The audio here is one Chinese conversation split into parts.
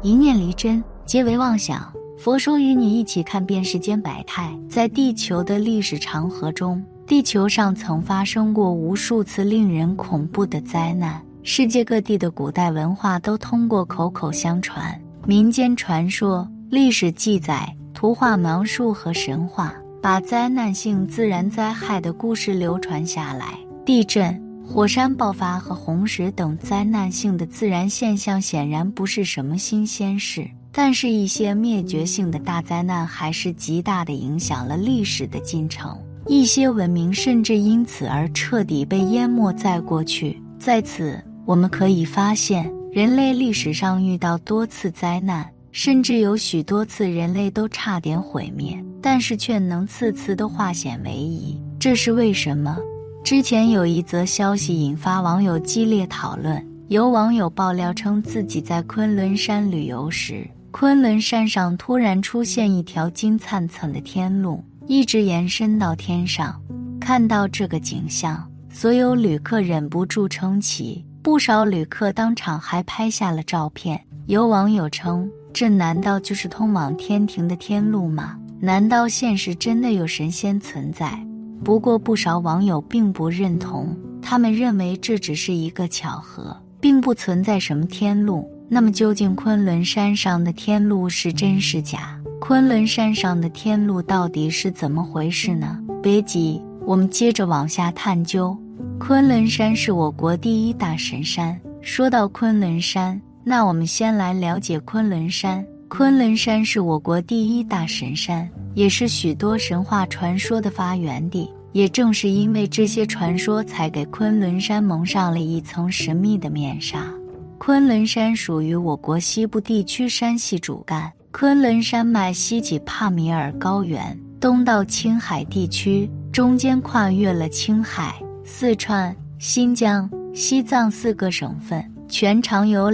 一念离真，皆为妄想。佛说与你一起看遍世间百态。在地球的历史长河中，地球上曾发生过无数次令人恐怖的灾难，世界各地的古代文化都通过口口相传、民间传说、历史记载、图画描述和神话，把灾难性自然灾害的故事流传下来。地震、火山爆发和洪水等灾难性的自然现象显然不是什么新鲜事，但是一些灭绝性的大灾难还是极大地影响了历史的进程，一些文明甚至因此而彻底被淹没在过去。在此，我们可以发现，人类历史上遇到多次灾难，甚至有许多次人类都差点毁灭，但是却能次次都化险为夷，这是为什么？之前有一则消息引发网友激烈讨论，有网友爆料称自己在昆仑山旅游时，昆仑山上突然出现一条金灿灿的天路，一直延伸到天上。看到这个景象，所有旅客忍不住称奇，不少旅客当场还拍下了照片。有网友称，这难道就是通往天庭的天路吗？难道现实真的有神仙存在？不过不少网友并不认同，他们认为这只是一个巧合，并不存在什么天路。那么究竟昆仑山上的天路是真是假？昆仑山上的天路到底是怎么回事呢？别急，我们接着往下探究。昆仑山是我国第一大神山。说到昆仑山，那我们先来了解昆仑山。昆仑山是我国第一大神山，也是许多神话传说的发源地。也正是因为这些传说，才给昆仑山蒙上了一层神秘的面纱。昆仑山属于我国西部地区山系主干，昆仑山脉西起帕米尔高原，东到青海地区，中间跨越了青海、四川、新疆、西藏4个省份，全长有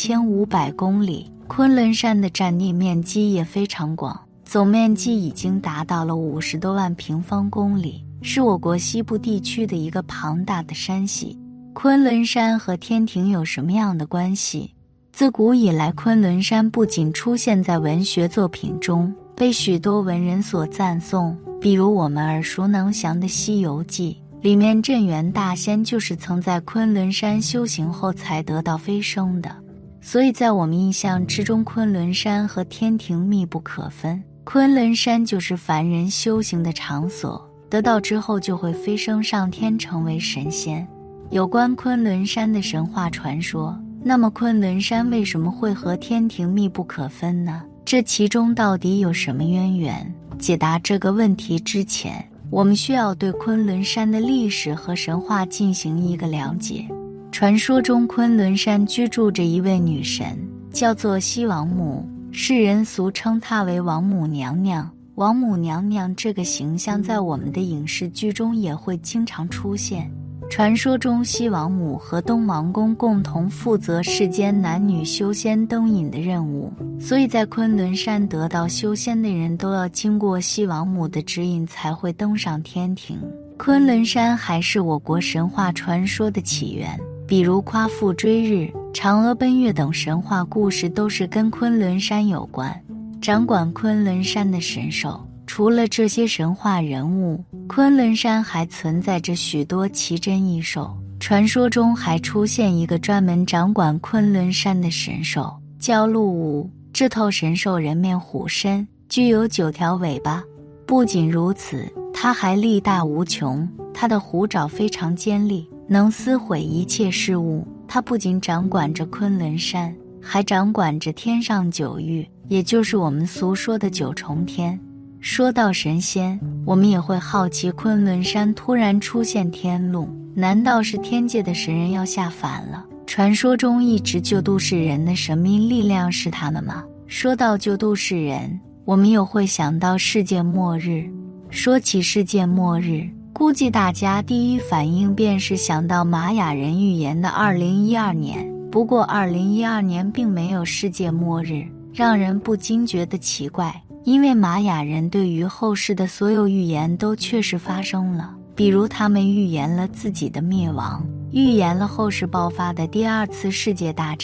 2500公里。昆仑山的占地面积也非常广，总面积已经达到了50多万平方公里，是我国西部地区的一个庞大的山系。昆仑山和天庭有什么样的关系？自古以来，昆仑山不仅出现在文学作品中，被许多文人所赞颂，比如我们耳熟能详的《西游记》，里面镇元大仙就是曾在昆仑山修行后才得到飞升的。所以在我们印象之中，昆仑山和天庭密不可分。昆仑山就是凡人修行的场所，得到之后就会飞升上天，成为神仙。有关昆仑山的神话传说，那么昆仑山为什么会和天庭密不可分呢？这其中到底有什么渊源？解答这个问题之前，我们需要对昆仑山的历史和神话进行一个了解。传说中，昆仑山居住着一位女神，叫做西王母，世人俗称她为王母娘娘。王母娘娘这个形象在我们的影视剧中也会经常出现。传说中，西王母和东王公共同负责世间男女修仙登引的任务，所以在昆仑山得到修仙的人都要经过西王母的指引才会登上天庭。昆仑山还是我国神话传说的起源，比如夸父追日、嫦娥奔月等神话故事都是跟昆仑山有关。掌管昆仑山的神兽，除了这些神话人物，昆仑山还存在着许多奇珍异兽。传说中还出现一个专门掌管昆仑山的神兽，叫鹿舞。这头神兽人面虎身，具有9条尾巴。不仅如此，它还力大无穷，它的虎爪非常尖利，能撕毁一切事物。它不仅掌管着昆仑山，还掌管着天上9域，也就是我们俗说的9重天。说到神仙，我们也会好奇，昆仑山突然出现天路，难道是天界的神人要下凡了？传说中一直救度世人的神秘力量是他们吗？说到救度世人，我们又会想到世界末日。说起世界末日，估计大家第一反应便是想到玛雅人预言的2012年。不过2012年并没有世界末日，让人不禁觉得奇怪，因为玛雅人对于后世的所有预言都确实发生了。比如他们预言了自己的灭亡，预言了后世爆发的第2次世界大战，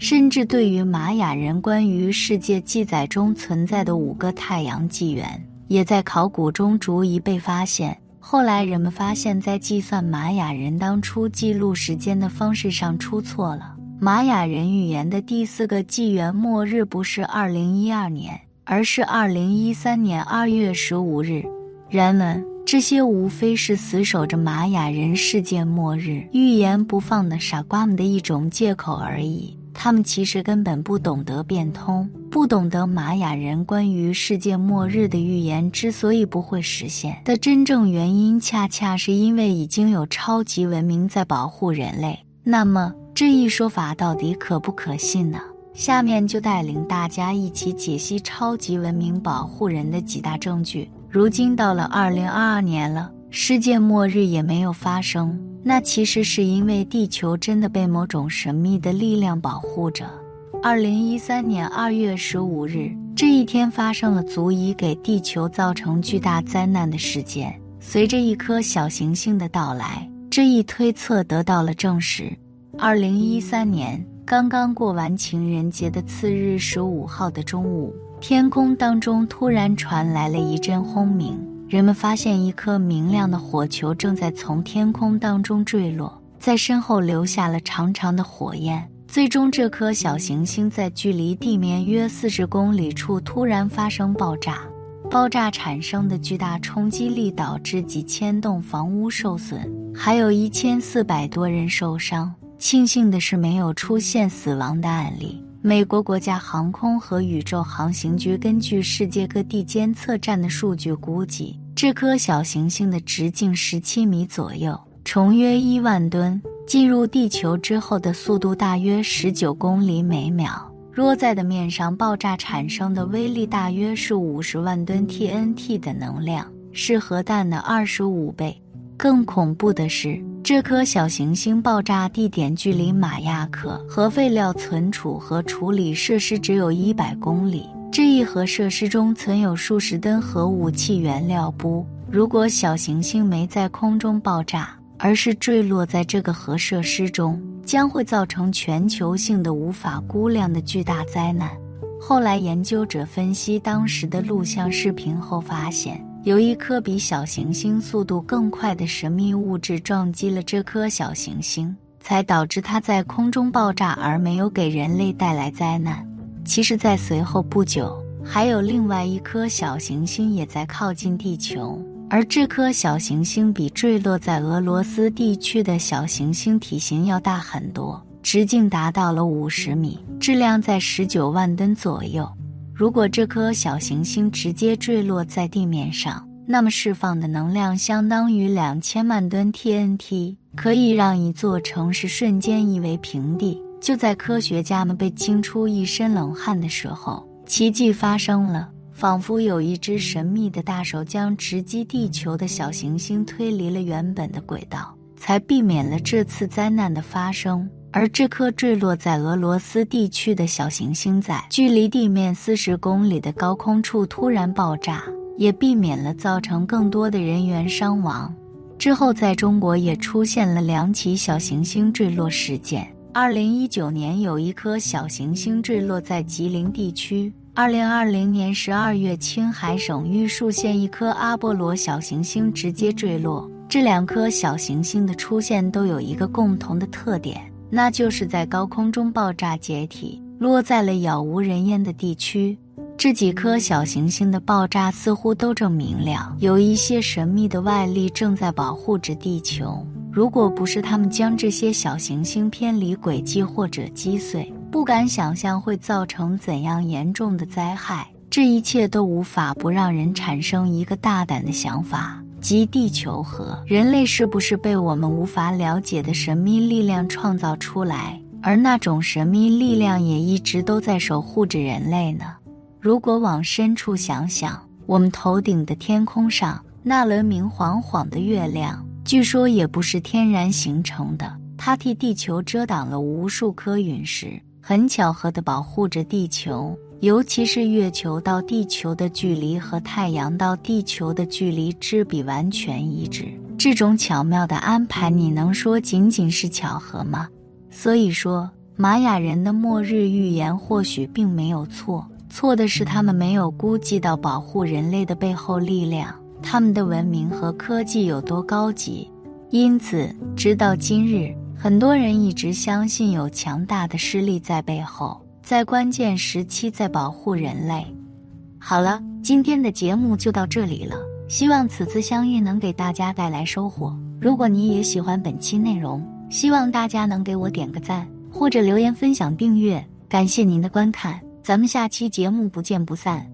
甚至对于玛雅人关于世界记载中存在的5个太阳纪元，也在考古中逐一被发现。后来人们发现，在计算玛雅人当初记录时间的方式上出错了。玛雅人预言的第4个纪元末日不是2012年，而是2013年2月15日。然而，这些无非是死守着玛雅人世界末日预言不放的傻瓜们的一种借口而已。他们其实根本不懂得变通，不懂得玛雅人关于世界末日的预言之所以不会实现的真正原因，恰恰是因为已经有超级文明在保护人类。那么，这一说法到底可不可信呢？下面就带领大家一起解析超级文明保护人的几大证据。如今到了2022年了，世界末日也没有发生，那其实是因为地球真的被某种神秘的力量保护着。2013年2月15日，这一天发生了足以给地球造成巨大灾难的事件。随着一颗小行星的到来，这一推测得到了证实。2013年刚刚过完情人节的次日15号的中午，天空当中突然传来了一阵轰鸣，人们发现一颗明亮的火球正在从天空当中坠落，在身后留下了长长的火焰。最终，这颗小行星在距离地面约40公里处突然发生爆炸，爆炸产生的巨大冲击力导致几千栋房屋受损，还有1400多人受伤。庆幸的是，没有出现死亡的案例。美国国家航空和宇宙航行局根据世界各地监测站的数据估计，这颗小行星的直径17米左右，重约1万吨，进入地球之后的速度大约19公里每秒，落在的面上爆炸产生的威力大约是50万吨 TNT 的能量，是核弹的25倍。更恐怖的是，这颗小行星爆炸地点距离马亚克核废料存储和处理设施只有100公里。这一核设施中存有数十吨核武器原料不？如果小行星没在空中爆炸，而是坠落在这个核设施中，将会造成全球性的无法估量的巨大灾难。后来研究者分析当时的录像视频后发现，有一颗比小行星速度更快的神秘物质撞击了这颗小行星，才导致它在空中爆炸而没有给人类带来灾难。其实在随后不久，还有另外一颗小行星也在靠近地球，而这颗小行星比坠落在俄罗斯地区的小行星体型要大很多，直径达到了50米，质量在19万吨左右。如果这颗小行星直接坠落在地面上，那么释放的能量相当于2000万吨 TNT， 可以让一座城市瞬间夷为平地。就在科学家们被惊出一身冷汗的时候，奇迹发生了，仿佛有一只神秘的大手将直击地球的小行星推离了原本的轨道，才避免了这次灾难的发生。而这颗坠落在俄罗斯地区的小行星在距离地面40公里的高空处突然爆炸，也避免了造成更多的人员伤亡。之后在中国也出现了2起小行星坠落事件。2019年有一颗小行星坠落在吉林地区，2020年12月青海省玉树县一颗阿波罗小行星直接坠落。这2颗小行星的出现都有一个共同的特点，那就是在高空中爆炸解体，落在了杳无人烟的地区。这几颗小行星的爆炸似乎都证明了，有一些神秘的外力正在保护着地球。如果不是他们将这些小行星偏离轨迹或者击碎，不敢想象会造成怎样严重的灾害。这一切都无法不让人产生一个大胆的想法，即地球和人类是不是被我们无法了解的神秘力量创造出来，而那种神秘力量也一直都在守护着人类呢？如果往深处想想，我们头顶的天空上那轮明晃晃的月亮，据说也不是天然形成的，它替地球遮挡了无数颗陨石，很巧合地保护着地球。尤其是月球到地球的距离和太阳到地球的距离之比完全一致，这种巧妙的安排，你能说仅仅是巧合吗？所以说， 玛雅人的末日预言或许并没有错，错的是他们没有估计到保护人类的背后力量，他们的文明和科技有多高级。因此，直到今日，很多人一直相信有强大的势力在背后，在关键时期在保护人类。好了，今天的节目就到这里了，希望此次相遇能给大家带来收获。如果你也喜欢本期内容，希望大家能给我点个赞，或者留言分享订阅，感谢您的观看，咱们下期节目不见不散。